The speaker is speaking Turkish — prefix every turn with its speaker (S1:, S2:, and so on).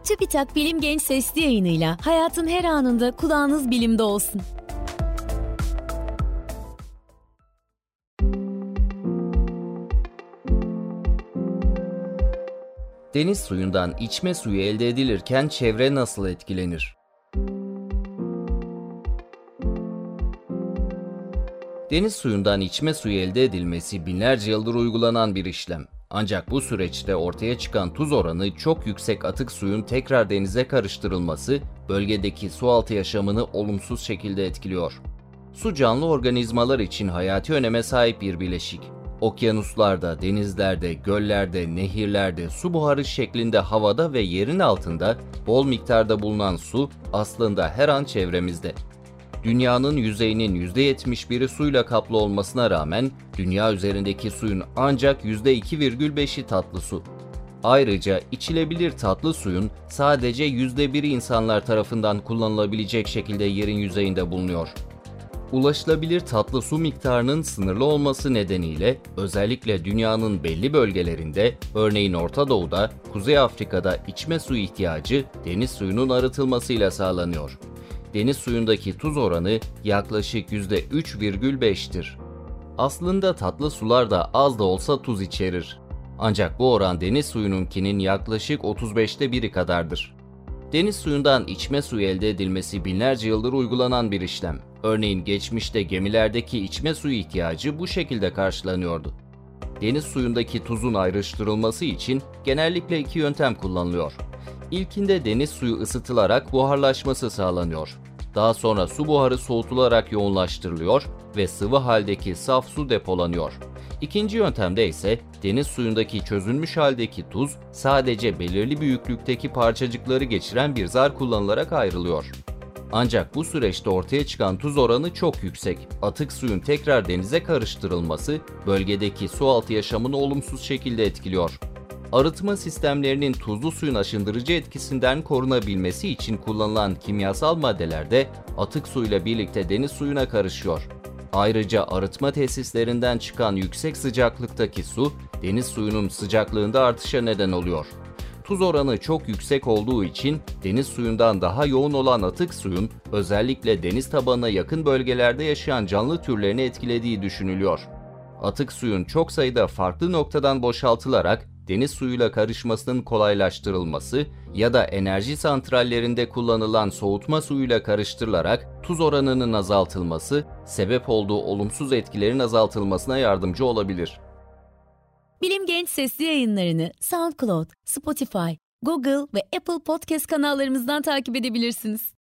S1: TÜBİTAK Bilim Genç Sesli Yayınıyla hayatın her anında kulağınız bilimde olsun.
S2: Deniz suyundan içme suyu elde edilirken çevre nasıl etkilenir? Deniz suyundan içme suyu elde edilmesi binlerce yıldır uygulanan bir işlem. Ancak bu süreçte ortaya çıkan tuz oranı çok yüksek atık suyun tekrar denize karıştırılması, bölgedeki sualtı yaşamını olumsuz şekilde etkiliyor. Su canlı organizmalar için hayati öneme sahip bir bileşik. Okyanuslarda, denizlerde, göllerde, nehirlerde su buharı şeklinde havada ve yerin altında bol miktarda bulunan su aslında her an çevremizde. Dünyanın yüzeyinin %71'i suyla kaplı olmasına rağmen dünya üzerindeki suyun ancak %2,5'i tatlı su. Ayrıca içilebilir tatlı suyun sadece %1'i insanlar tarafından kullanılabilecek şekilde yerin yüzeyinde bulunuyor. Ulaşılabilir tatlı su miktarının sınırlı olması nedeniyle özellikle dünyanın belli bölgelerinde, örneğin Orta Doğu'da, Kuzey Afrika'da içme suyu ihtiyacı deniz suyunun arıtılmasıyla sağlanıyor. Deniz suyundaki tuz oranı yaklaşık %3,5'tir. Aslında tatlı sular da az da olsa tuz içerir. Ancak bu oran deniz suyununkinin yaklaşık 35'te biri kadardır. Deniz suyundan içme suyu elde edilmesi binlerce yıldır uygulanan bir işlem. Örneğin geçmişte gemilerdeki içme suyu ihtiyacı bu şekilde karşılanıyordu. Deniz suyundaki tuzun ayrıştırılması için genellikle iki yöntem kullanılıyor. İlkinde deniz suyu ısıtılarak buharlaşması sağlanıyor. Daha sonra su buharı soğutularak yoğunlaştırılıyor ve sıvı haldeki saf su depolanıyor. İkinci yöntemde ise deniz suyundaki çözülmüş haldeki tuz sadece belirli büyüklükteki parçacıkları geçiren bir zar kullanılarak ayrılıyor. Ancak bu süreçte ortaya çıkan tuz oranı çok yüksek. Atık suyun tekrar denize karıştırılması bölgedeki sualtı yaşamını olumsuz şekilde etkiliyor. Arıtma sistemlerinin tuzlu suyun aşındırıcı etkisinden korunabilmesi için kullanılan kimyasal maddeler de atık suyla birlikte deniz suyuna karışıyor. Ayrıca arıtma tesislerinden çıkan yüksek sıcaklıktaki su, deniz suyunun sıcaklığında artışa neden oluyor. Tuz oranı çok yüksek olduğu için deniz suyundan daha yoğun olan atık suyun özellikle deniz tabanına yakın bölgelerde yaşayan canlı türlerini etkilediği düşünülüyor. Atık suyun çok sayıda farklı noktadan boşaltılarak deniz suyuyla karışmasının kolaylaştırılması ya da enerji santrallerinde kullanılan soğutma suyuyla karıştırılarak tuz oranının azaltılması, sebep olduğu olumsuz etkilerin azaltılmasına yardımcı olabilir.
S1: Bilim Genç Sesli Yayınlarını SoundCloud, Spotify, Google ve Apple Podcast kanallarımızdan takip edebilirsiniz.